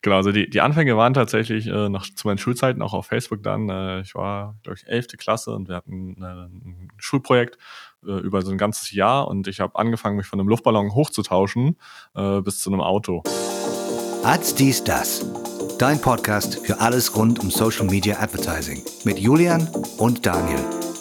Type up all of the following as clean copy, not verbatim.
Genau, also die Anfänge waren tatsächlich noch zu meinen Schulzeiten auch auf Facebook dann. Ich war, glaube ich, 11. Klasse und wir hatten ein Schulprojekt über so ein ganzes Jahr und ich habe angefangen, mich von einem Luftballon hochzutauschen bis zu einem Auto. Ads dies, das. Dein Podcast für alles rund um Social Media Advertising mit Julian und Daniel.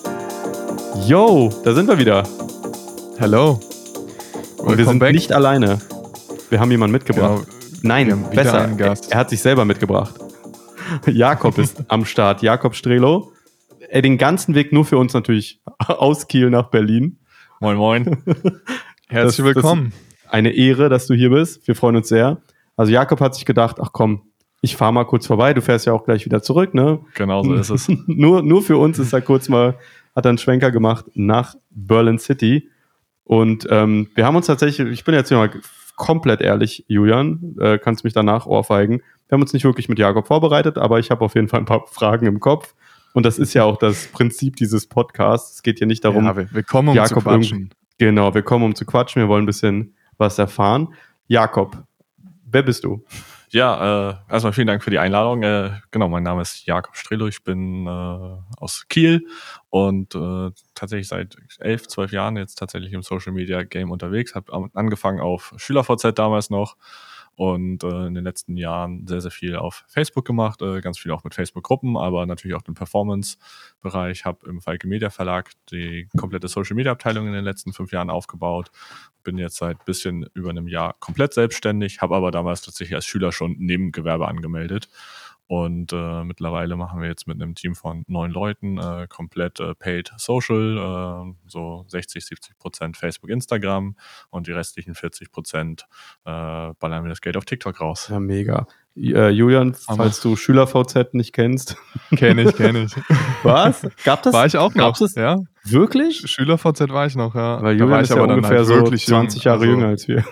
Yo, da sind wir wieder. Hello. Und wir sind nicht alleine. Wir haben jemanden mitgebracht. Genau. Nein, besser. Er hat sich selber mitgebracht. Jakob ist am Start. Jakob Strelo. Den ganzen Weg nur für uns natürlich aus Kiel nach Berlin. Moin, moin. Herzlich willkommen. Das eine Ehre, dass du hier bist. Wir freuen uns sehr. Also Jakob hat sich gedacht, ach komm, ich fahre mal kurz vorbei. Du fährst ja auch gleich wieder zurück, ne? Genau so ist es. nur für uns ist er kurz mal, hat er einen Schwenker gemacht nach Berlin City. Und wir haben uns tatsächlich, ich bin jetzt hier mal komplett ehrlich, Julian, kannst mich danach ohrfeigen. Wir haben uns nicht wirklich mit Jakob vorbereitet, aber ich habe auf jeden Fall ein paar Fragen im Kopf. Und das ist ja auch das Prinzip dieses Podcasts. Es geht hier nicht darum, wir kommen, um Jakob zu quatschen. Genau, wir kommen, um zu quatschen. Wir wollen ein bisschen was erfahren. Jakob, wer bist du? Ja, erstmal vielen Dank für die Einladung. Genau, mein Name ist Jakob Strelo, ich bin aus Kiel und tatsächlich seit 11, 12 Jahren jetzt tatsächlich im Social Media Game unterwegs. Habe angefangen auf SchülerVZ damals noch und in den letzten Jahren sehr, sehr viel auf Facebook gemacht, ganz viel auch mit Facebook-Gruppen, aber natürlich auch den Performance-Bereich. Habe im Falke Media Verlag die komplette Social-Media-Abteilung in den letzten 5 Jahren aufgebaut. Bin jetzt seit ein bisschen über einem Jahr komplett selbstständig, habe aber damals tatsächlich als Schüler schon Nebengewerbe angemeldet. Und mittlerweile machen wir jetzt mit einem Team von 9 Leuten komplett Paid Social, so 60-70% Facebook, Instagram und die restlichen 40% ballern wir das Geld auf TikTok raus. Ja, mega. Julian, falls du SchülerVZ nicht kennst. Kenn ich. Was? Gab das? War ich auch noch, das? Ja. Wirklich? SchülerVZ war ich noch, ja. Weil Julian ist ja ungefähr halt so 20 Jahre jünger als wir.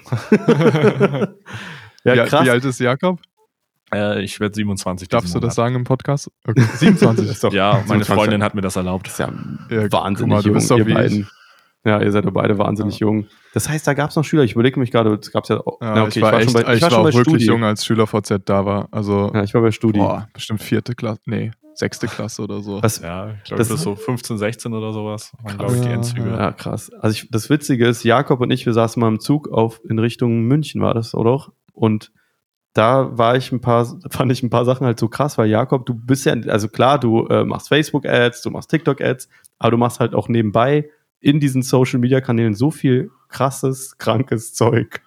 Ja, krass. Wie alt ist Jakob? Ich werde 27. Darfst du das sagen im Podcast? Okay. 27 ist doch. Ja, meine Freundin hat mir das erlaubt. Das ist ja wahnsinnig jung, ihr beiden. Ja, ihr seid ja beide wahnsinnig jung. Das heißt, da gab es noch Schüler. Ich überlege mich gerade, es gab ja auch. Ja, okay, ich war auch wirklich Studi. Jung, als SchülerVZ da war. Also, ja, ich war bei Studi. Bestimmt 4. Klasse. Nee, 6. Klasse oder so. Ja, ich glaube, das ist so 15, 16 oder sowas. Waren, glaube ich, die Endzüge. Ja, krass. Also das Witzige ist, Jakob und ich, wir saßen mal im Zug in Richtung München, war das, oder auch? Und da fand ich ein paar Sachen halt so krass, weil Jakob, du bist ja, also klar, du machst Facebook-Ads, du machst TikTok-Ads, aber du machst halt auch nebenbei in diesen Social-Media-Kanälen so viel krasses, krankes Zeug.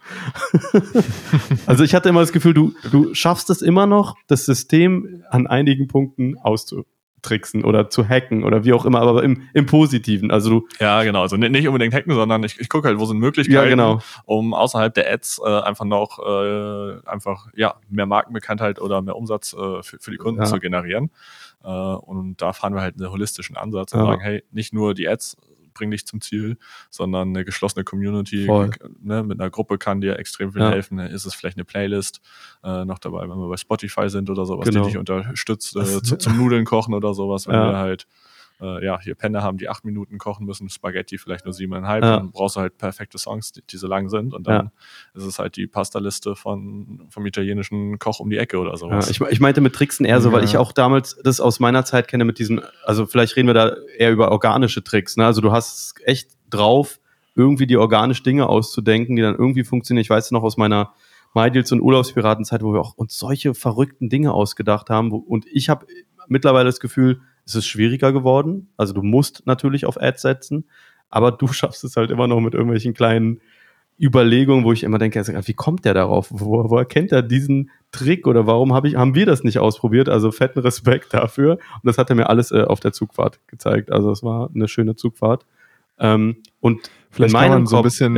Also ich hatte immer das Gefühl, du schaffst es immer noch, das System an einigen Punkten auszutricksen oder zu hacken oder wie auch immer, aber im Positiven. Also ja, genau. Also nicht unbedingt hacken, sondern ich gucke halt, wo sind Möglichkeiten, um außerhalb der Ads einfach noch mehr Markenbekanntheit oder mehr Umsatz für die Kunden zu generieren. Und da fahren wir halt einen holistischen Ansatz und sagen, hey, nicht nur die Ads bringen dich zum Ziel, sondern eine geschlossene Community mit einer Gruppe kann dir extrem viel helfen. Ist es vielleicht eine Playlist noch dabei, wenn wir bei Spotify sind oder sowas, die dich unterstützt zum Nudeln kochen oder sowas, wenn wir halt hier Penner haben, die 8 Minuten kochen müssen, Spaghetti vielleicht nur 7,5, dann brauchst du halt perfekte Songs, die so lang sind und dann ist es halt die Pasta-Liste vom italienischen Koch um die Ecke oder sowas. Ja, ich meinte mit Tricksen eher so, weil ich auch damals das aus meiner Zeit kenne mit diesen, also vielleicht reden wir da eher über organische Tricks, ne? Also du hast echt drauf, irgendwie die organisch Dinge auszudenken, die dann irgendwie funktionieren. Ich weiß noch aus meiner MyDeals- und Urlaubspiratenzeit, wo wir auch uns solche verrückten Dinge ausgedacht haben und ich habe mittlerweile das Gefühl, es ist schwieriger geworden. Also du musst natürlich auf Ads setzen, aber du schaffst es halt immer noch mit irgendwelchen kleinen Überlegungen, wo ich immer denke, wie kommt der darauf? Woher kennt er diesen Trick oder warum haben wir das nicht ausprobiert? Also fetten Respekt dafür. Und das hat er mir alles auf der Zugfahrt gezeigt. Also es war eine schöne Zugfahrt. Und vielleicht kann man so ein bisschen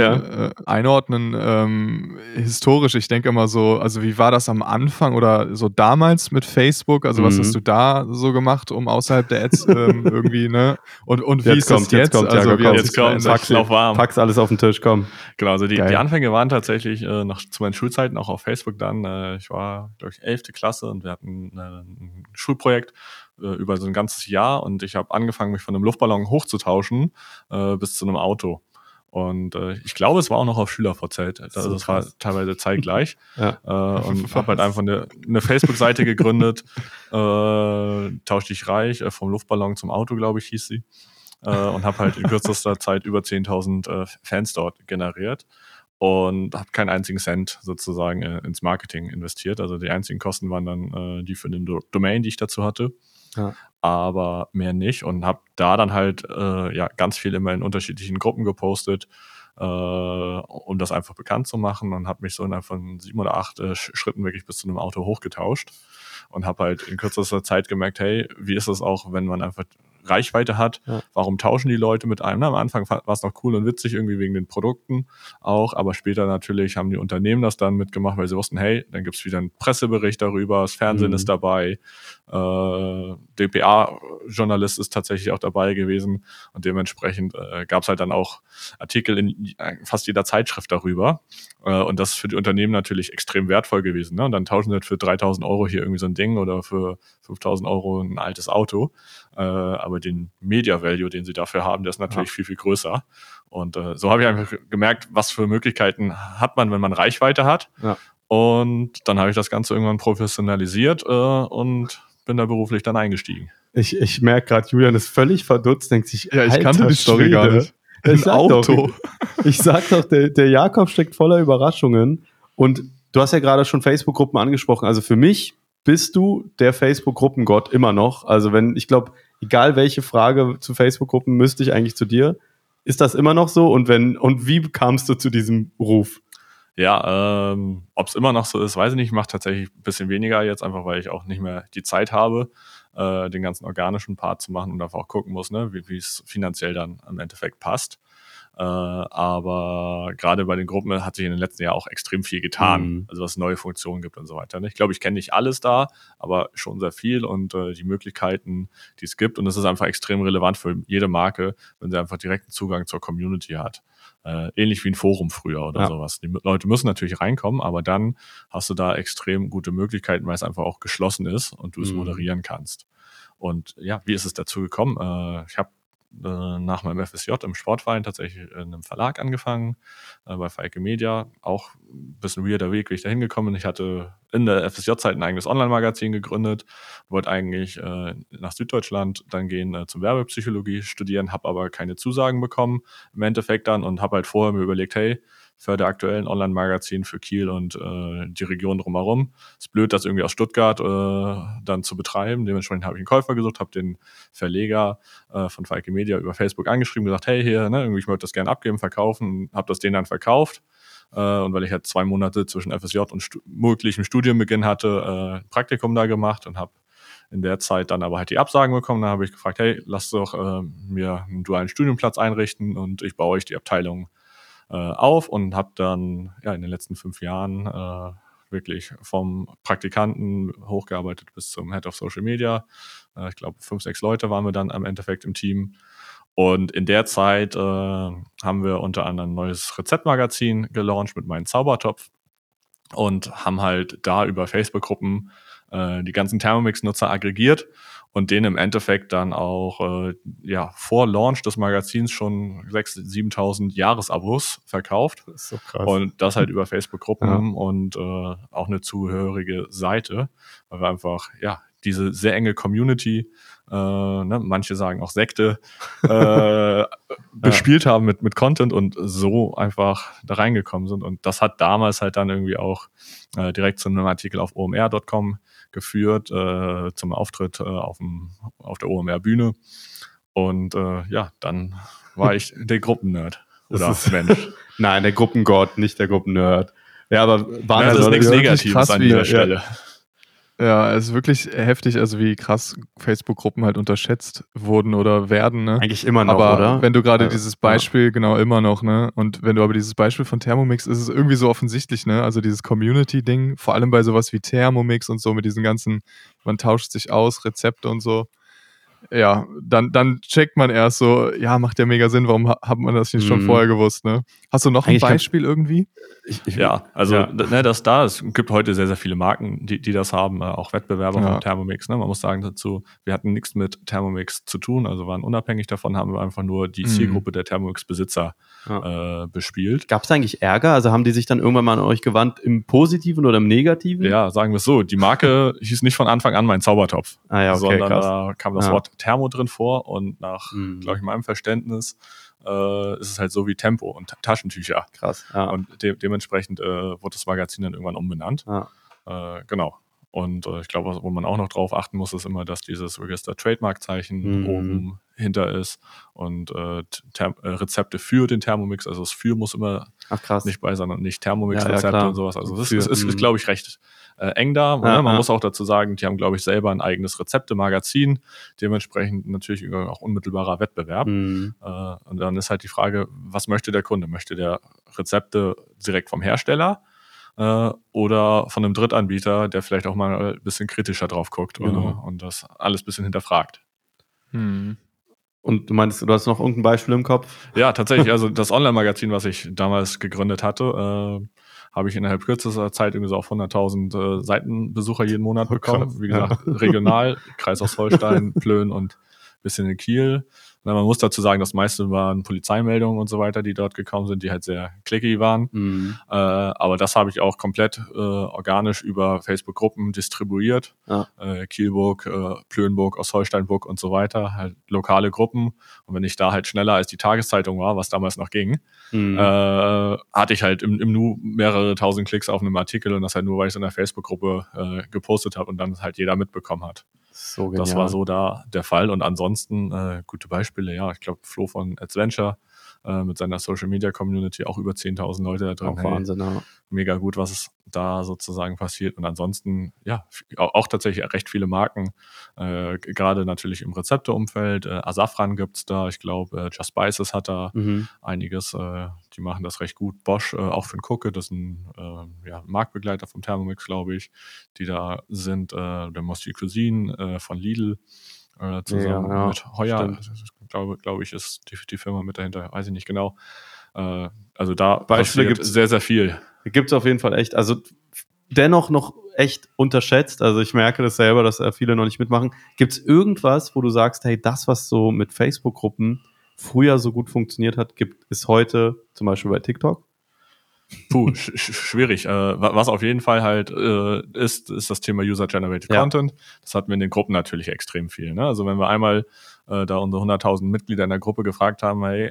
einordnen, historisch. Ich denke immer so, also wie war das am Anfang oder so damals mit Facebook? Also was hast du da so gemacht, um außerhalb der Ads irgendwie, ne? Und wie ist das jetzt? Jetzt kommt, pack's alles auf den Tisch, komm. Genau, also die Anfänge waren tatsächlich noch zu meinen Schulzeiten auch auf Facebook dann. Ich war, glaube ich, 11. Klasse und wir hatten ein Schulprojekt über so ein ganzes Jahr und ich habe angefangen, mich von einem Luftballon hochzutauschen bis zu einem Auto. Und ich glaube, es war auch noch auf SchülerVZ. Also es war teilweise zeitgleich. Und habe halt einfach eine Facebook-Seite gegründet. Tausch dich reich, vom Luftballon zum Auto, glaube ich, hieß sie. Und habe halt in kürzester Zeit über 10.000 Fans dort generiert. Und habe keinen einzigen Cent sozusagen ins Marketing investiert. Also die einzigen Kosten waren dann die für den Domain, die ich dazu hatte. Ja. Aber mehr nicht. Und habe da dann halt ganz viel immer in unterschiedlichen Gruppen gepostet, um das einfach bekannt zu machen. Und habe mich so innerhalb von 7 oder 8 Schritten wirklich bis zu einem Auto hochgetauscht. Und habe halt in kürzester Zeit gemerkt, hey, wie ist das auch, wenn man einfach Reichweite hat? Ja. Warum tauschen die Leute mit einem? Am Anfang war es noch cool und witzig irgendwie wegen den Produkten auch, aber später natürlich haben die Unternehmen das dann mitgemacht, weil sie wussten, hey, dann gibt's wieder einen Pressebericht darüber, das Fernsehen ist dabei, dpa-Journalist ist tatsächlich auch dabei gewesen und dementsprechend gab's halt dann auch Artikel in fast jeder Zeitschrift darüber und das ist für die Unternehmen natürlich extrem wertvoll gewesen. Ne? Und dann tauschen sie halt für 3.000 € hier irgendwie so ein Ding oder für 5.000 € ein altes Auto. Aber den Media Value, den sie dafür haben, der ist natürlich viel, viel größer. Und so habe ich einfach gemerkt, was für Möglichkeiten hat man, wenn man Reichweite hat. Ja. Und dann habe ich das Ganze irgendwann professionalisiert und bin da beruflich dann eingestiegen. Ich merke gerade, Julian ist völlig verdutzt, denkt sich, ja, ich kannte die Story gar nicht. Ein Auto. Ich sag doch, der Jakob steckt voller Überraschungen. Und du hast ja gerade schon Facebook-Gruppen angesprochen. Also für mich bist du der Facebook-Gruppengott immer noch. Also ich glaube, egal welche Frage zu Facebook-Gruppen, müsste ich eigentlich zu dir. Ist das immer noch so? Und wie kamst du zu diesem Ruf? Ja, ob es immer noch so ist, weiß ich nicht. Ich mache tatsächlich ein bisschen weniger jetzt, einfach weil ich auch nicht mehr die Zeit habe, den ganzen organischen Part zu machen und einfach auch gucken muss, ne, wie es finanziell dann im Endeffekt passt. Aber gerade bei den Gruppen hat sich in den letzten Jahren auch extrem viel getan, also was es neue Funktionen gibt und so weiter. Ich glaube, ich kenne nicht alles da, aber schon sehr viel und die Möglichkeiten, die es gibt. Und es ist einfach extrem relevant für jede Marke, wenn sie einfach direkten Zugang zur Community hat. Ähnlich wie ein Forum früher oder sowas. Die Leute müssen natürlich reinkommen, aber dann hast du da extrem gute Möglichkeiten, weil es einfach auch geschlossen ist und du es moderieren kannst. Und ja, wie ist es dazu gekommen? Ich habe nach meinem FSJ im Sportverein tatsächlich in einem Verlag angefangen, bei Falke Media. Auch ein bisschen weirder Weg, wie ich da hingekommen bin. Ich hatte in der FSJ-Zeit ein eigenes Online-Magazin gegründet, wollte eigentlich nach Süddeutschland dann gehen zum Werbepsychologie studieren, habe aber keine Zusagen bekommen im Endeffekt dann und habe halt vorher mir überlegt, hey, für der aktuellen Online-Magazin für Kiel und die Region drumherum. Ist blöd, das irgendwie aus Stuttgart dann zu betreiben. Dementsprechend habe ich einen Käufer gesucht, habe den Verleger von Falke Media über Facebook angeschrieben, gesagt, hey, hier, ne, irgendwie ich möchte das gerne abgeben, verkaufen, habe das denen dann verkauft. Und weil ich halt 2 Monate zwischen FSJ und möglichem Studienbeginn hatte, Praktikum da gemacht und habe in der Zeit dann aber halt die Absagen bekommen. Da habe ich gefragt, hey, lasst doch mir einen dualen Studienplatz einrichten und ich baue euch die Abteilung auf und habe dann in den letzten 5 Jahren wirklich vom Praktikanten hochgearbeitet bis zum Head of Social Media. Ich glaube, 5, 6 Leute waren wir dann am Endeffekt im Team. Und in der Zeit haben wir unter anderem ein neues Rezeptmagazin gelauncht mit meinem Zaubertopf und haben halt da über Facebook-Gruppen die ganzen Thermomix-Nutzer aggregiert und denen im Endeffekt dann auch vor Launch des Magazins schon 6.000, 7.000 Jahresabos verkauft. Das ist so krass. Und das halt über Facebook-Gruppen und auch eine zugehörige Seite, weil wir einfach diese sehr enge Community, manche sagen auch Sekte, bespielt haben mit Content und so einfach da reingekommen sind. Und das hat damals halt dann irgendwie auch direkt zu einem Artikel auf omr.com geführt, zum Auftritt auf der OMR-Bühne. Und dann war ich der Gruppennerd. Oder Mensch. Nein, der Gruppengott, nicht der Gruppennerd. Ja, aber das ist nichts Negatives an dieser Stelle. Ja, es ist wirklich heftig, also wie krass Facebook-Gruppen halt unterschätzt wurden oder werden, ne? Eigentlich immer noch, aber oder? Wenn du gerade dieses Beispiel, genau, immer noch, ne? Und wenn du aber dieses Beispiel von Thermomix, ist es irgendwie so offensichtlich, ne? Also dieses Community-Ding, vor allem bei sowas wie Thermomix und so, mit diesen ganzen, man tauscht sich aus, Rezepte und so. ja, dann checkt man erst so, ja, macht ja mega Sinn, warum hat man das nicht schon vorher gewusst, ne? Hast du noch ein Beispiel irgendwie? Ja, also es gibt heute sehr, sehr viele Marken, die das haben, auch Wettbewerber von Thermomix. Ne? Man muss sagen dazu, wir hatten nichts mit Thermomix zu tun, also waren unabhängig davon, haben wir einfach nur die Zielgruppe der Thermomix-Besitzer bespielt. Gab es eigentlich Ärger? Also haben die sich dann irgendwann mal an euch gewandt, im Positiven oder im Negativen? Ja, sagen wir es so, die Marke hieß nicht von Anfang an mein Zaubertopf, sondern da kam das Wort Thermo drin vor und nach, glaube ich, meinem Verständnis ist es halt so wie Tempo und Taschentücher. Krass. Ja. Und dementsprechend wurde das Magazin dann irgendwann umbenannt. Genau. Und ich glaube, wo man auch noch drauf achten muss, ist immer, dass dieses Register-Trademark-Zeichen oben hinter ist und Rezepte für den Thermomix, also das Für muss immer nicht bei, sondern nicht Thermomix-Rezepte und sowas. Also das ist glaube ich, recht eng da. Man muss auch dazu sagen, die haben, glaube ich, selber ein eigenes Rezepte-Magazin, dementsprechend natürlich auch unmittelbarer Wettbewerb. Und dann ist halt die Frage, was möchte der Kunde? Möchte der Rezepte direkt vom Hersteller oder von einem Drittanbieter, der vielleicht auch mal ein bisschen kritischer drauf guckt und das alles ein bisschen hinterfragt. Und du meinst, du hast noch irgendein Beispiel im Kopf? Ja, tatsächlich. Also das Online-Magazin, was ich damals gegründet hatte, habe ich innerhalb kürzester Zeit irgendwie so auf 100.000 Seitenbesucher jeden Monat bekommen. Krass. Wie gesagt, regional, Kreis aus Holstein, Plön und ein bisschen in Kiel. Man muss dazu sagen, das meiste waren Polizeimeldungen und so weiter, die dort gekommen sind, die halt sehr clicky waren. Aber das habe ich auch komplett organisch über Facebook-Gruppen distribuiert. Kielburg, Plönburg, Ostholsteinburg und so weiter, halt lokale Gruppen. Und wenn ich da halt schneller als die Tageszeitung war, was damals noch ging, hatte ich halt im Nu mehrere tausend Klicks auf einem Artikel und das halt nur, weil ich es in der Facebook-Gruppe gepostet habe und dann halt jeder mitbekommen hat. So genial. Das war so da der Fall. Und ansonsten gute Beispiele, ja. Ich glaube, Flo von Adventure mit seiner Social-Media-Community auch über 10.000 Leute da drin. Auch Wahnsinn, ja. Mega gut, was da sozusagen passiert. Und ansonsten, ja, auch tatsächlich recht viele Marken, gerade natürlich im Rezepteumfeld. Asafran gibt's da, ich glaube, Just Spices hat da einiges. Die machen das recht gut. Bosch, auch für den Cooke, das ist ein Marktbegleiter vom Thermomix, glaube ich, die da sind. Der Mosti Cuisine von Lidl zusammen mit Heuer, glaube ich, ist die Firma mit dahinter, weiß ich nicht genau. Also da Beispiele gibt es sehr, sehr viel. Gibt es auf jeden Fall echt. Also dennoch noch echt unterschätzt. Also ich merke das selber, dass viele noch nicht mitmachen. Gibt es irgendwas, wo du sagst, hey, das, was so mit Facebook-Gruppen früher so gut funktioniert hat, ist heute zum Beispiel bei TikTok? Schwierig. Was auf jeden Fall halt ist das Thema User-Generated Content. Das hatten wir in den Gruppen natürlich extrem viel. Ne? Also wenn wir einmal da unsere 100.000 Mitglieder in der Gruppe gefragt haben, hey,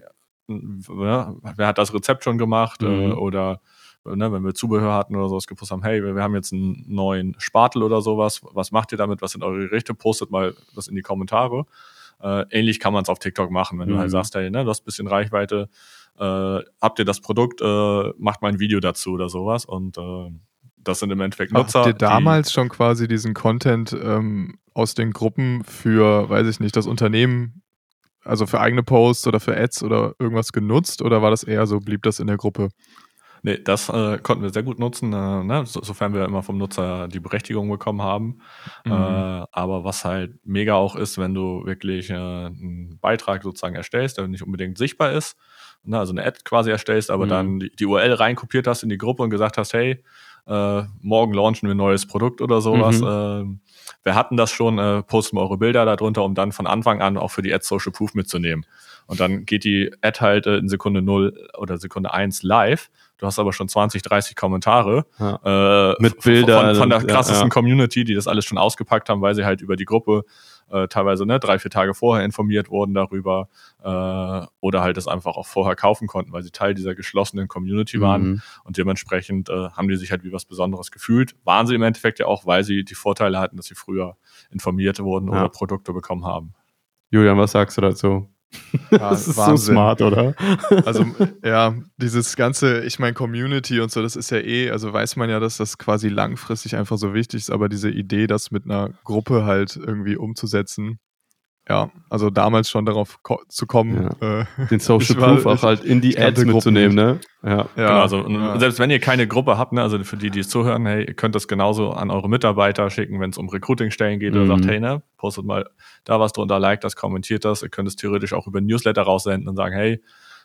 wer hat das Rezept schon gemacht? Oder wenn wir Zubehör hatten oder sowas gepostet haben, hey, wir haben jetzt einen neuen Spatel oder sowas, was macht ihr damit? Was sind eure Gerichte? Postet mal das in die Kommentare. Ähnlich kann man es auf TikTok machen, wenn du halt sagst, hey, du hast ein bisschen Reichweite, habt ihr das Produkt, macht mal ein Video dazu oder sowas und das sind im Endeffekt Nutzer. Habt ihr damals schon quasi diesen Content aus den Gruppen für, weiß ich nicht, das Unternehmen, also für eigene Posts oder für Ads oder irgendwas genutzt oder war das eher so, blieb das in der Gruppe? Nee, das konnten wir sehr gut nutzen, sofern wir immer vom Nutzer die Berechtigung bekommen haben. Aber was halt mega auch ist, wenn du wirklich einen Beitrag sozusagen erstellst, der nicht unbedingt sichtbar ist, also eine Ad quasi erstellst, aber dann die URL reinkopiert hast in die Gruppe und gesagt hast, hey, morgen launchen wir ein neues Produkt oder sowas. Wir hatten das schon, posten wir eure Bilder darunter, um dann von Anfang an auch für die Ad Social Proof mitzunehmen. Und dann geht die Ad halt in Sekunde 0 oder Sekunde 1 live. Du hast aber schon 20, 30 Kommentare mit Bildern von der krassesten Community, die das alles schon ausgepackt haben, weil sie halt über die Gruppe teilweise 3-4 Tage vorher informiert wurden darüber oder halt das einfach auch vorher kaufen konnten, weil sie Teil dieser geschlossenen Community waren und dementsprechend haben die sich halt wie was Besonderes gefühlt. Waren sie im Endeffekt ja auch, weil sie die Vorteile hatten, dass sie früher informiert wurden oder Produkte bekommen haben. Julian, was sagst du dazu? Ja, das ist Wahnsinn. So smart, oder? Also, ja, dieses ganze, ich meine, Community und so, das ist ja also weiß man ja, dass das quasi langfristig einfach so wichtig ist, aber diese Idee, das mit einer Gruppe halt irgendwie umzusetzen, Ja, also damals schon darauf zu kommen. Den Social Proof auch halt in die Ads mitzunehmen, ne? Ja. Genau, also selbst wenn ihr keine Gruppe habt, ne, also für die es zuhören, hey, ihr könnt das genauso an eure Mitarbeiter schicken, wenn es um Recruiting-Stellen geht oder sagt, hey, ne, postet mal da was drunter, liked das, kommentiert das. Ihr könnt es theoretisch auch über Newsletter raussenden und sagen, hey,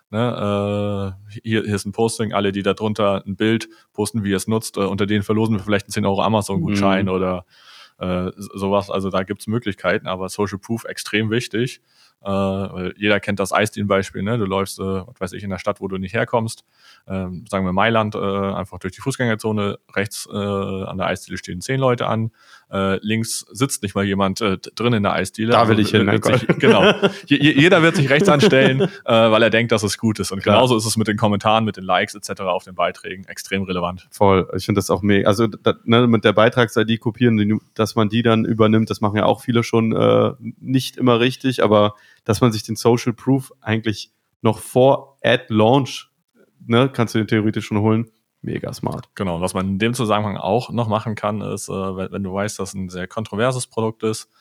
ne, hier ist ein Posting, alle, die da drunter ein Bild posten, wie ihr es nutzt, unter denen verlosen wir vielleicht einen 10 € Amazon-Gutschein oder sowas. Also da gibt's Möglichkeiten, aber Social Proof extrem wichtig. Weil jeder kennt das Eisdielen-Beispiel, ne? Du läufst, was weiß ich, in der Stadt, wo du nicht herkommst, sagen wir Mailand, einfach durch die Fußgängerzone, rechts an der Eisdiele stehen 10 Leute an, links sitzt nicht mal jemand drin in der Eisdiele. Da will ich hin. Genau. Jeder wird sich rechts anstellen, weil er denkt, dass es gut ist. Und genauso ist es mit den Kommentaren, mit den Likes etc. auf den Beiträgen extrem relevant. Voll. Ich finde das auch mega. Also mit der Beitrags-ID kopieren, dass man die dann übernimmt, das machen ja auch viele schon nicht immer richtig, aber dass man sich den Social Proof eigentlich noch vor Ad-Launch, ne, kannst du den theoretisch schon holen. Mega smart. Genau, und was man in dem Zusammenhang auch noch machen kann, ist, wenn du weißt, dass ein sehr kontroverses Produkt ist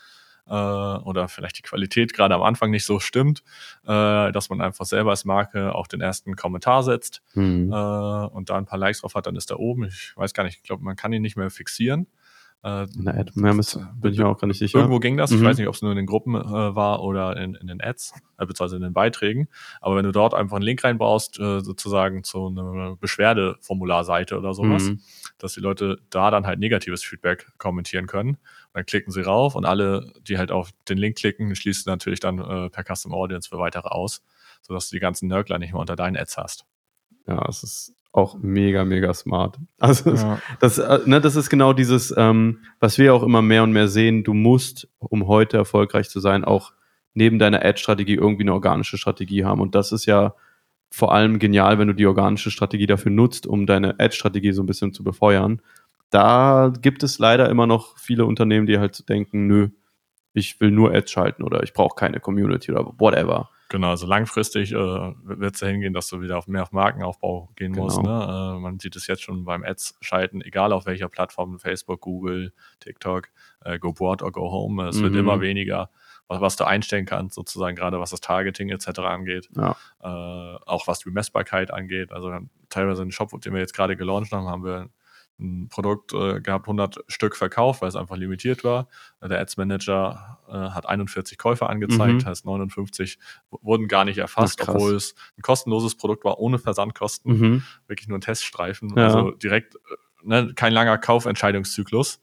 oder vielleicht die Qualität gerade am Anfang nicht so stimmt, dass man einfach selber als Marke auch den ersten Kommentar setzt und da ein paar Likes drauf hat, dann ist er oben. Ich weiß gar nicht, ich glaube, man kann ihn nicht mehr fixieren. In der Ad, bin ich mir auch gar nicht sicher. Irgendwo ging das. Ich weiß nicht, ob es nur in den Gruppen war oder in den Ads, beziehungsweise in den Beiträgen. Aber wenn du dort einfach einen Link reinbaust, sozusagen zu einer Beschwerdeformularseite oder sowas, dass die Leute da dann halt negatives Feedback kommentieren können. Dann klicken sie rauf und alle, die halt auf den Link klicken, schließt du natürlich dann per Custom Audience für weitere aus, sodass du die ganzen Nörgler nicht mehr unter deinen Ads hast. Ja, es ist auch mega, mega smart. Also das ist genau dieses, was wir auch immer mehr und mehr sehen, du musst, um heute erfolgreich zu sein, auch neben deiner Ad-Strategie irgendwie eine organische Strategie haben. Und das ist ja vor allem genial, wenn du die organische Strategie dafür nutzt, um deine Ad-Strategie so ein bisschen zu befeuern. Da gibt es leider immer noch viele Unternehmen, die halt denken, nö, ich will nur Ads schalten oder ich brauche keine Community oder whatever. Genau, also langfristig wird es dahin gehen, dass du wieder mehr auf Markenaufbau gehen musst. Ne? Man sieht es jetzt schon beim Ads-Schalten, egal auf welcher Plattform, Facebook, Google, TikTok, go broad or go home. Es wird immer weniger, was du einstellen kannst, sozusagen gerade was das Targeting etc. angeht. Ja. Auch was die Messbarkeit angeht. Also teilweise einen Shop, den wir jetzt gerade gelauncht haben wir ein Produkt gehabt, 100 Stück verkauft, weil es einfach limitiert war. Der Ads Manager hat 41 Käufer angezeigt, heißt 59 wurden gar nicht erfasst, obwohl es ein kostenloses Produkt war, ohne Versandkosten. Wirklich nur ein Teststreifen, also direkt kein langer Kaufentscheidungszyklus,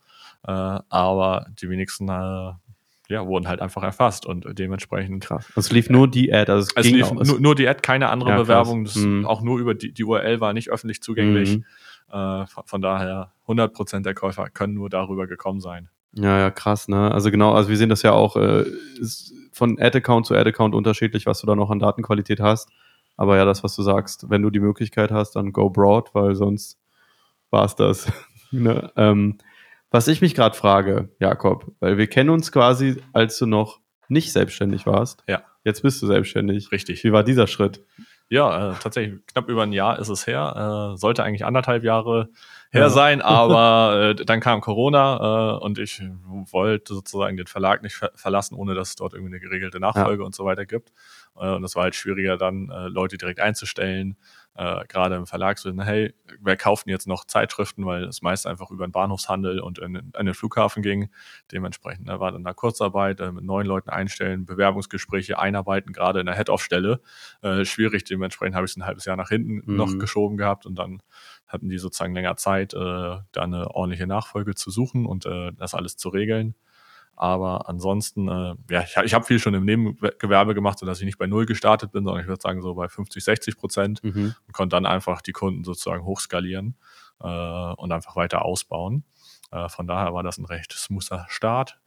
aber die wenigsten wurden halt einfach erfasst und dementsprechend. Krass. Es lief nur die Ad, also es lief nur die Ad, keine andere Bewerbung, das auch nur über die URL war nicht öffentlich zugänglich. Von daher 100% der Käufer können nur darüber gekommen sein. Ja, krass, ne? Also genau, also wir sehen das ja auch, ist von Ad-Account zu Ad-Account unterschiedlich, was du da noch an Datenqualität hast. Aber ja, das, was du sagst, wenn du die Möglichkeit hast, dann go broad, weil sonst war es das. Ne? Was ich mich gerade frage, Jakob, weil wir kennen uns quasi, als du noch nicht selbstständig warst. Ja. Jetzt bist du selbstständig. Richtig. Wie war dieser Schritt? Ja, tatsächlich knapp über ein Jahr ist es her. Sollte eigentlich 1,5 Jahre her sein, aber dann kam Corona und ich wollte sozusagen den Verlag nicht verlassen, ohne dass es dort irgendwie eine geregelte Nachfolge und so weiter gibt. Und es war halt schwieriger dann, Leute direkt einzustellen. Gerade im Verlag so, hey, wer kauft denn jetzt noch Zeitschriften, weil das meiste einfach über den Bahnhofshandel und an den Flughafen ging. Dementsprechend war dann da Kurzarbeit, mit neuen Leuten einstellen, Bewerbungsgespräche einarbeiten, gerade in der Head-Off-Stelle. Schwierig, dementsprechend habe ich es ein halbes Jahr nach hinten noch geschoben gehabt und dann hatten die sozusagen länger Zeit, da eine ordentliche Nachfolge zu suchen und das alles zu regeln. Aber ansonsten, ich habe viel schon im Nebengewerbe gemacht, sodass ich nicht bei 0 gestartet bin, sondern ich würde sagen so bei 50-60% und konnte dann einfach die Kunden sozusagen hochskalieren und einfach weiter ausbauen. Von daher war das ein recht smoother Start.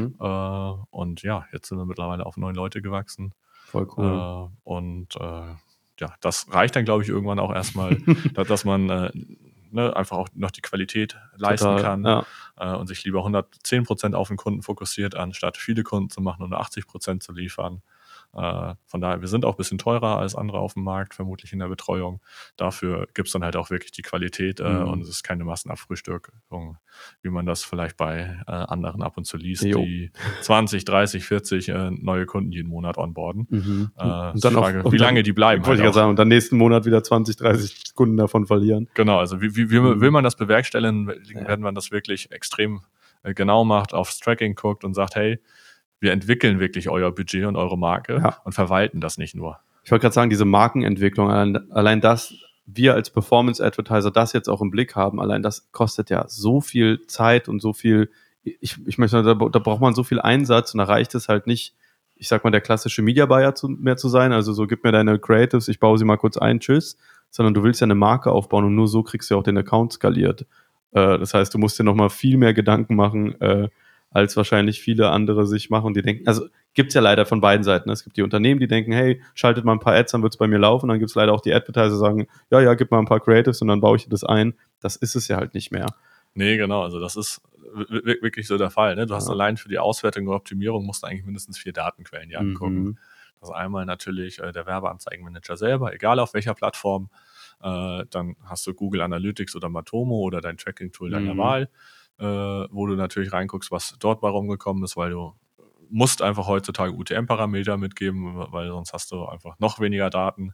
Und ja, jetzt sind wir mittlerweile auf 9 Leute gewachsen. Voll cool. Das reicht dann, glaube ich, irgendwann auch erstmal, dass man einfach auch noch die Qualität leisten kann und sich lieber 110% auf den Kunden fokussiert, anstatt viele Kunden zu machen und nur 80% zu liefern. Von daher, wir sind auch ein bisschen teurer als andere auf dem Markt, vermutlich in der Betreuung. Dafür gibt es dann halt auch wirklich die Qualität und es ist keine Massenabfrühstückung, wie man das vielleicht bei anderen ab und zu liest, die 20, 30, 40 neue Kunden jeden Monat onboarden. Und dann die Frage, wie lange die bleiben. Wollte ich gerade sagen, und dann nächsten Monat wieder 20, 30 Kunden davon verlieren. Genau, also wie will man das bewerkstelligen, wenn man das wirklich extrem genau macht, aufs Tracking guckt und sagt, hey, wir entwickeln wirklich euer Budget und eure Marke und verwalten das nicht nur. Ich wollte gerade sagen, diese Markenentwicklung, allein das, wir als Performance-Advertiser das jetzt auch im Blick haben, allein das kostet ja so viel Zeit und so viel, ich möchte, da braucht man so viel Einsatz und da reicht es halt nicht, ich sag mal, der klassische Media-Buyer mehr zu sein, also so, gib mir deine Creatives, ich baue sie mal kurz ein, tschüss, sondern du willst ja eine Marke aufbauen und nur so kriegst du ja auch den Account skaliert. Das heißt, du musst dir nochmal viel mehr Gedanken machen, als wahrscheinlich viele andere sich machen und die denken, also gibt's ja leider von beiden Seiten. Es gibt die Unternehmen, die denken, hey, schaltet mal ein paar Ads, dann wird's bei mir laufen. Und dann gibt's leider auch die Advertiser, die sagen, ja, gib mal ein paar Creatives und dann baue ich dir das ein. Das ist es ja halt nicht mehr. Nee, genau, also das ist wirklich so der Fall. Ne? Du hast allein für die Auswertung und Optimierung musst du eigentlich mindestens 4 Datenquellen dir angucken. Das ist einmal natürlich der Werbeanzeigenmanager selber, egal auf welcher Plattform. Dann hast du Google Analytics oder Matomo oder dein Tracking-Tool deiner Wahl, wo du natürlich reinguckst, was dort bei rumgekommen ist, weil du musst einfach heutzutage UTM-Parameter mitgeben, weil sonst hast du einfach noch weniger Daten.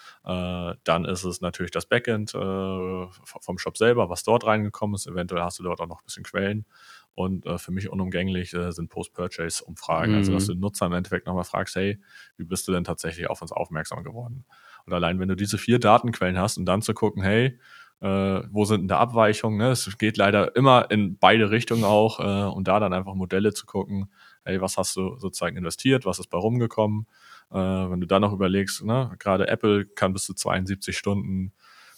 Dann ist es natürlich das Backend vom Shop selber, was dort reingekommen ist. Eventuell hast du dort auch noch ein bisschen Quellen. Und für mich unumgänglich sind Post-Purchase-Umfragen. Also, dass du den Nutzer im Endeffekt nochmal fragst, hey, wie bist du denn tatsächlich auf uns aufmerksam geworden? Und allein, wenn du diese 4 Datenquellen hast und dann zu gucken, hey, wo sind denn da Abweichungen? Ne? Es geht leider immer in beide Richtungen auch und da dann einfach Modelle zu gucken, hey, was hast du sozusagen investiert, was ist bei rumgekommen? Wenn du dann noch überlegst, ne, gerade Apple kann bis zu 72 Stunden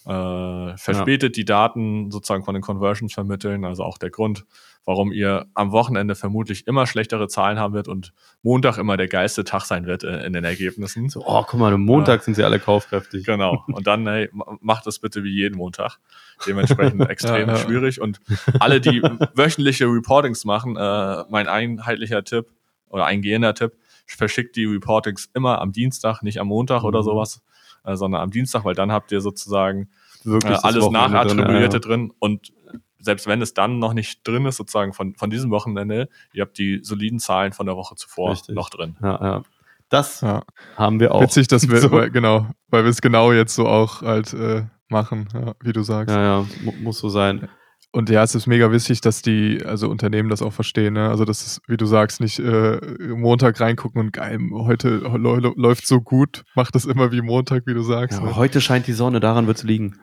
verspätet die Daten sozusagen von den Conversions vermitteln. Also auch der Grund, warum ihr am Wochenende vermutlich immer schlechtere Zahlen haben wird und Montag immer der geilste Tag sein wird in den Ergebnissen. So, guck mal, am Montag sind sie alle kaufkräftig. Genau. Und dann, hey, macht das bitte wie jeden Montag. Dementsprechend extrem schwierig. Und alle, die wöchentliche Reportings machen, mein einheitlicher Tipp oder eingehender Tipp, verschickt die Reportings immer am Dienstag, nicht am Montag oder sowas, sondern am Dienstag, weil dann habt ihr sozusagen alles Nachattribuierte drin und selbst wenn es dann noch nicht drin ist, sozusagen von diesem Wochenende, ihr habt die soliden Zahlen von der Woche zuvor noch drin. Ja. Das haben wir auch. Witzig, dass wir, weil wir es genau jetzt so auch halt machen, wie du sagst. Ja, muss so sein. Und ja, es ist mega wichtig, dass also Unternehmen das auch verstehen. Ne? Also das ist, wie du sagst, nicht Montag reingucken und geil, heute läuft so gut, macht das immer wie Montag, wie du sagst. Ja, ne? Heute scheint die Sonne, daran wird es liegen.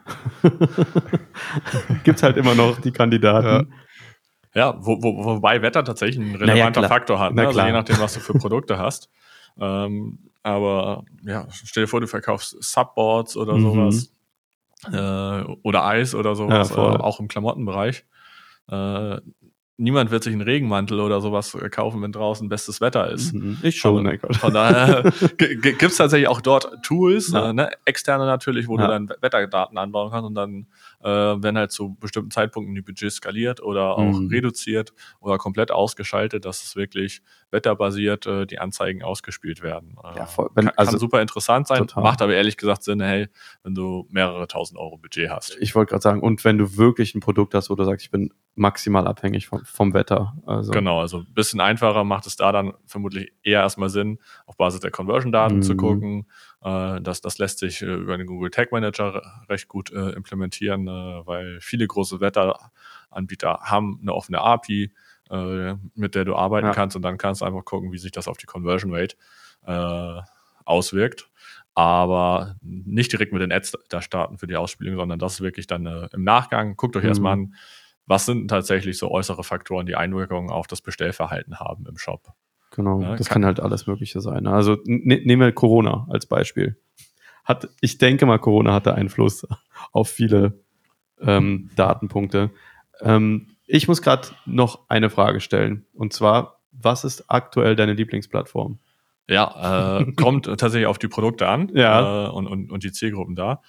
Gibt's halt immer noch die Kandidaten. Ja, wobei Wetter tatsächlich ein relevanter Faktor hat. Ne? Also je nachdem, was du für Produkte hast. Aber ja, stell dir vor, du verkaufst Subboards oder sowas. Oder Eis oder sowas, auch im Klamottenbereich. Niemand wird sich einen Regenmantel oder sowas kaufen, wenn draußen bestes Wetter ist. Ich schon. Von daher gibt es tatsächlich auch dort Tools, externe natürlich, wo du dann Wetterdaten anbauen kannst und dann werden halt zu bestimmten Zeitpunkten die Budgets skaliert oder auch reduziert oder komplett ausgeschaltet, dass es wirklich wetterbasiert die Anzeigen ausgespielt werden. Kann super interessant sein, macht aber ehrlich gesagt Sinn, hey, wenn du mehrere 1.000 Euro Budget hast. Ich wollte gerade sagen, und wenn du wirklich ein Produkt hast, wo du sagst, ich bin maximal abhängig vom Wetter. Also. Genau, also ein bisschen einfacher macht es da dann vermutlich eher erstmal Sinn, auf Basis der Conversion-Daten zu gucken. Das lässt sich über den Google Tag Manager recht gut implementieren, weil viele große Wetteranbieter haben eine offene API, mit der du arbeiten kannst und dann kannst du einfach gucken, wie sich das auf die Conversion Rate auswirkt. Aber nicht direkt mit den Ads da starten für die Ausspielung, sondern das ist wirklich dann im Nachgang. Guckt euch erstmal an, was sind tatsächlich so äußere Faktoren, die Einwirkungen auf das Bestellverhalten haben im Shop. Genau, das kann halt alles Mögliche sein. Also nehmen wir Corona als Beispiel. Ich denke mal, Corona hatte Einfluss auf viele Datenpunkte. Ich muss gerade noch eine Frage stellen. Und zwar, was ist aktuell deine Lieblingsplattform? Ja, kommt tatsächlich auf die Produkte an und die Zielgruppen da.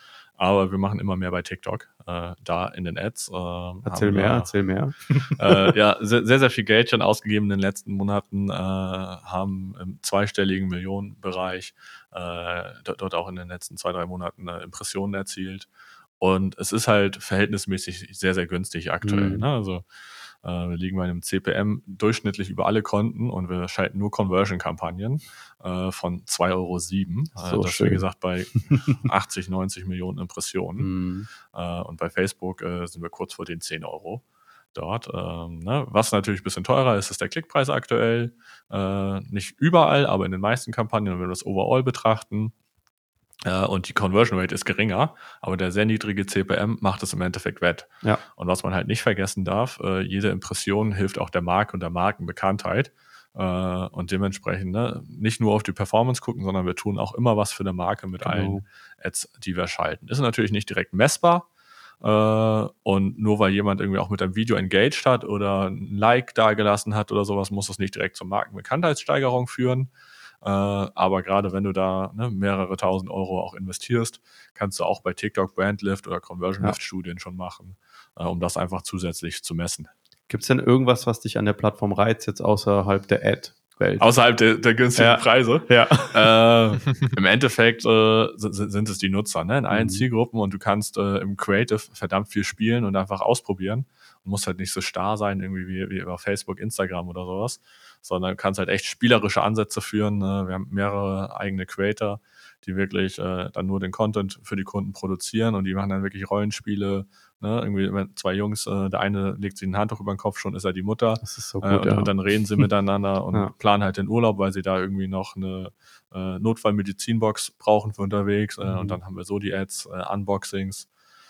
aber wir machen immer mehr bei TikTok, da in den Ads. Erzähl mehr. Ja, sehr, sehr viel Geld schon ausgegeben in den letzten Monaten, haben im zweistelligen Millionenbereich dort auch in den letzten 2-3 Monaten Impressionen erzielt. Und es ist halt verhältnismäßig sehr, sehr günstig aktuell. Ne? Also wir liegen bei einem CPM durchschnittlich über alle Konten und wir schalten nur Conversion-Kampagnen von 2,07 €. So das schön. wie gesagt bei 80, 90 Millionen Impressionen. Und bei Facebook sind wir kurz vor den 10 € dort. Ne? Was natürlich ein bisschen teurer ist, ist der Klickpreis aktuell. Nicht überall, aber in den meisten Kampagnen, wenn wir das overall betrachten. Und die Conversion Rate ist geringer, aber der sehr niedrige CPM macht es im Endeffekt wett. Ja. Und was man halt nicht vergessen darf, jede Impression hilft auch der Marke und der Markenbekanntheit. Und dementsprechend nicht nur auf die Performance gucken, sondern wir tun auch immer was für eine Marke mit allen Ads, die wir schalten. Ist natürlich nicht direkt messbar. Und nur weil jemand irgendwie auch mit einem Video engaged hat oder ein Like dagelassen hat oder sowas, muss das nicht direkt zur Markenbekanntheitssteigerung führen. Aber gerade wenn du da mehrere tausend Euro auch investierst, kannst du auch bei TikTok Brandlift oder Conversion Lift Studien schon machen, um das einfach zusätzlich zu messen. Gibt es denn irgendwas, was dich an der Plattform reizt, jetzt außerhalb der Ad-Welt? Außerhalb der günstigen Preise? Ja. Im Endeffekt sind es die Nutzer in allen Zielgruppen und du kannst im Creative verdammt viel spielen und einfach ausprobieren. Du musst halt nicht so starr sein, irgendwie wie über Facebook, Instagram oder sowas, sondern kannst halt echt spielerische Ansätze führen. Wir haben mehrere eigene Creator, die wirklich dann nur den Content für die Kunden produzieren und die machen dann wirklich Rollenspiele. Irgendwie zwei Jungs, der eine legt sich ein Handtuch über den Kopf, schon ist er die Mutter. Das ist so gut, und dann reden sie miteinander und planen halt den Urlaub, weil sie da irgendwie noch eine Notfallmedizinbox brauchen für unterwegs. Und dann haben wir so die Ads, Unboxings,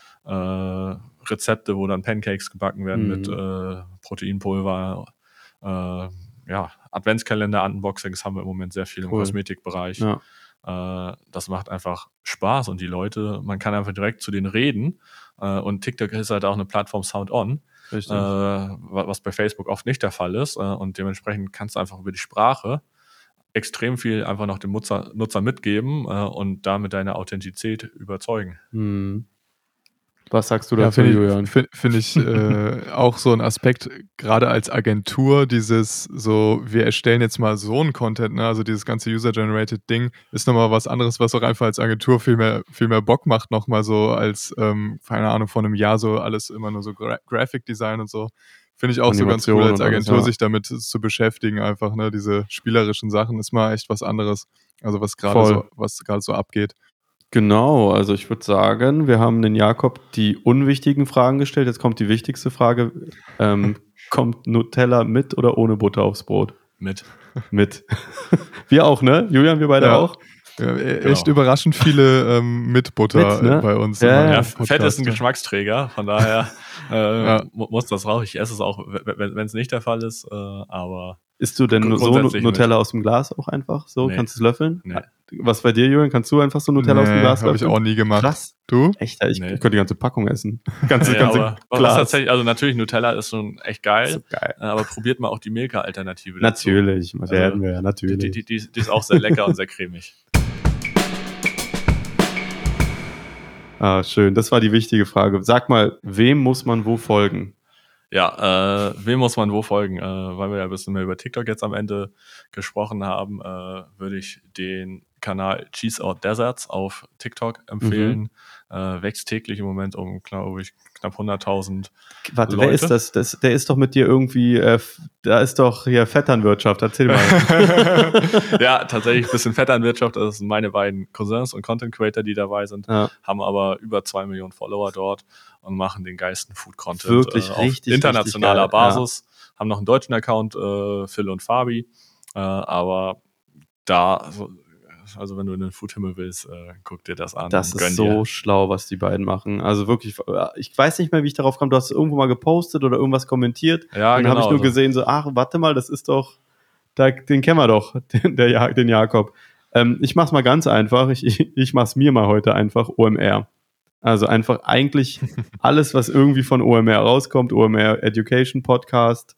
Rezepte, wo dann Pancakes gebacken werden mit Proteinpulver. Adventskalender-Unboxings haben wir im Moment sehr viel im Kosmetikbereich. Ja. Das macht einfach Spaß und die Leute, man kann einfach direkt zu denen reden. Und TikTok ist halt auch eine Plattform Sound-on, was bei Facebook oft nicht der Fall ist. Und dementsprechend kannst du einfach über die Sprache extrem viel einfach noch dem Nutzer mitgeben und damit deine Authentizität überzeugen. Was sagst du dazu, Julian? Finde ich auch so ein Aspekt, gerade als Agentur, dieses so, wir erstellen jetzt mal so einen Content, also dieses ganze User-Generated Ding, ist nochmal was anderes, was auch einfach als Agentur viel mehr Bock macht, nochmal so als, keine Ahnung, vor einem Jahr so alles immer nur so Graphic Design und so. Finde ich auch so ganz cool als Agentur, sich damit zu beschäftigen, einfach, diese spielerischen Sachen ist mal echt was anderes. Also was gerade so abgeht. Genau, also ich würde sagen, wir haben den Jakob die unwichtigen Fragen gestellt. Jetzt kommt die wichtigste Frage. Kommt Nutella mit oder ohne Butter aufs Brot? Mit. Wir auch, ne? Julian, wir beide auch? Ja, echt überraschend viele mit Butter bei uns. Fett ist ein Geschmacksträger, von daher muss das raus. Ich esse es auch, wenn es nicht der Fall ist, aber... Isst du denn so Nutella aus dem Glas auch einfach? So, nee. Kannst du es löffeln? Nee. Was bei dir, Julian? Kannst du einfach so Nutella aus dem Glas löffeln? Habe ich auch nie gemacht. Krass. Du? Echt? Ich könnte die ganze Packung essen. Ganze Glas. Tatsächlich, also natürlich, Nutella ist schon echt geil. So geil. Aber probiert mal auch die Milka-Alternative dazu. Natürlich, werden wir ja, natürlich. Die ist auch sehr lecker und sehr cremig. Ah, schön. Das war die wichtige Frage. Sag mal, wem muss man wo folgen? Ja, wem muss man wo folgen? Weil wir ja ein bisschen mehr über TikTok jetzt am Ende gesprochen haben, würde ich den Kanal Cheese Out Deserts auf TikTok empfehlen. Wächst täglich im Moment um, glaube ich, knapp 100.000 Warte, Leute. Wer ist das? Der ist doch mit dir irgendwie, da ist doch hier Vetternwirtschaft, erzähl mal. Ja, tatsächlich ein bisschen Vetternwirtschaft, das sind meine beiden Cousins und Content Creator, die dabei sind, haben aber über 2 Millionen Follower dort und machen den geilsten Food-Content wirklich auf internationaler Basis. Haben noch einen deutschen Account, Phil und Fabi, aber da, also wenn du in den Food-Himmel willst, guck dir das an. Das ist so schlau, was die beiden machen. Also wirklich, ich weiß nicht mehr, wie ich darauf kam. Du hast irgendwo mal gepostet oder irgendwas kommentiert. Ja, und dann habe ich nur gesehen, so, ach, warte mal, das ist doch, den kennen wir doch, den Jakob. Ich mach's mal ganz einfach. Ich mach's mir mal heute einfach OMR. Also einfach eigentlich alles, was irgendwie von OMR rauskommt, OMR Education Podcast,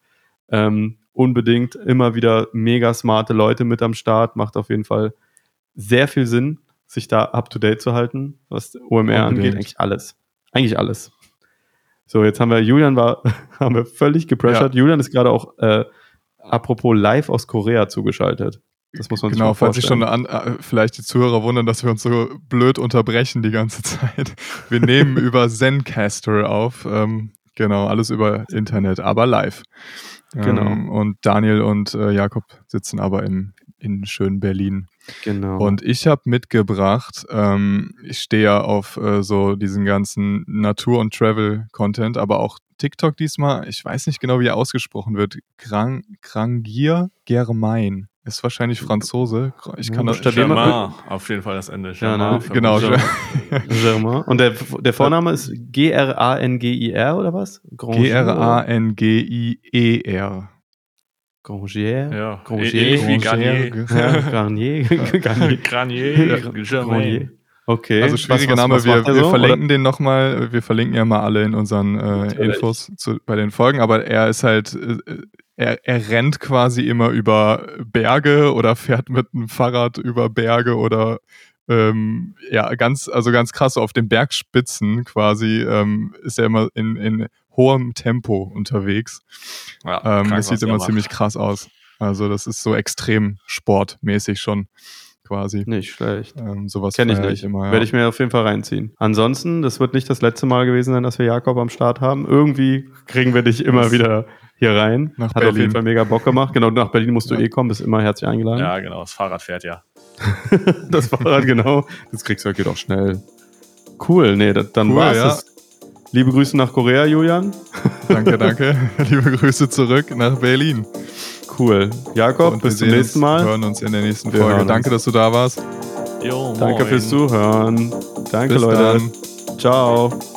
unbedingt immer wieder mega smarte Leute mit am Start, macht auf jeden Fall sehr viel Sinn. sich da up-to-date zu halten, was OMR angeht. Eigentlich alles. So, jetzt haben wir haben wir völlig gepressured. Ja. Julian ist gerade auch, apropos live aus Korea zugeschaltet. Das muss man sich mal vorstellen. Falls sich schon vielleicht die Zuhörer wundern, dass wir uns so blöd unterbrechen die ganze Zeit. Wir nehmen über Zencaster auf. Genau, alles über Internet, aber live. Genau. Und Daniel und Jakob sitzen aber in schönen Berlin. Genau. Und ich habe mitgebracht, ich stehe ja auf so diesen ganzen Natur- und Travel-Content, aber auch TikTok diesmal, ich weiß nicht genau, wie er ausgesprochen wird, Grangier Germain. Ist wahrscheinlich Franzose. Ich kann das Germain, auf jeden Fall das Ende. Germain, ja, ne? Genau. Germain. Und der Vorname ist Grangir oder was? Grangieer. Grangier. Ja. Garnier. Okay. Also schwieriger Name. Wir verlinken den nochmal. Wir verlinken ja mal alle in unseren Infos bei den Folgen. Aber er ist halt, er rennt quasi immer über Berge oder fährt mit einem Fahrrad über Berge oder ganz krass auf den Bergspitzen quasi ist er immer in hohem Tempo unterwegs. Ja, das sieht immer ziemlich krass aus. Also das ist so extrem sportmäßig schon quasi. Nicht schlecht. Sowas kenne ich nicht. Immer, ja. Werde ich mir auf jeden Fall reinziehen. Ansonsten, das wird nicht das letzte Mal gewesen sein, dass wir Jakob am Start haben. Irgendwie kriegen wir dich immer wieder hier rein. Nach Hat Berlin. Auf jeden Fall mega Bock gemacht. Genau, nach Berlin musst du kommen, bist immer herzlich eingeladen. Ja, genau, das Fahrrad fährt ja. Das Fahrrad, genau. Das kriegst du geht auch schnell. Cool, dann war's das. Liebe Grüße nach Korea, Julian. Danke. Liebe Grüße zurück nach Berlin. Cool. Jakob, bis zum nächsten Mal. Wir hören uns in der nächsten Folge. Danke, dass du da warst. Jo, danke fürs Zuhören. Danke, bis Leute. Dann. Ciao.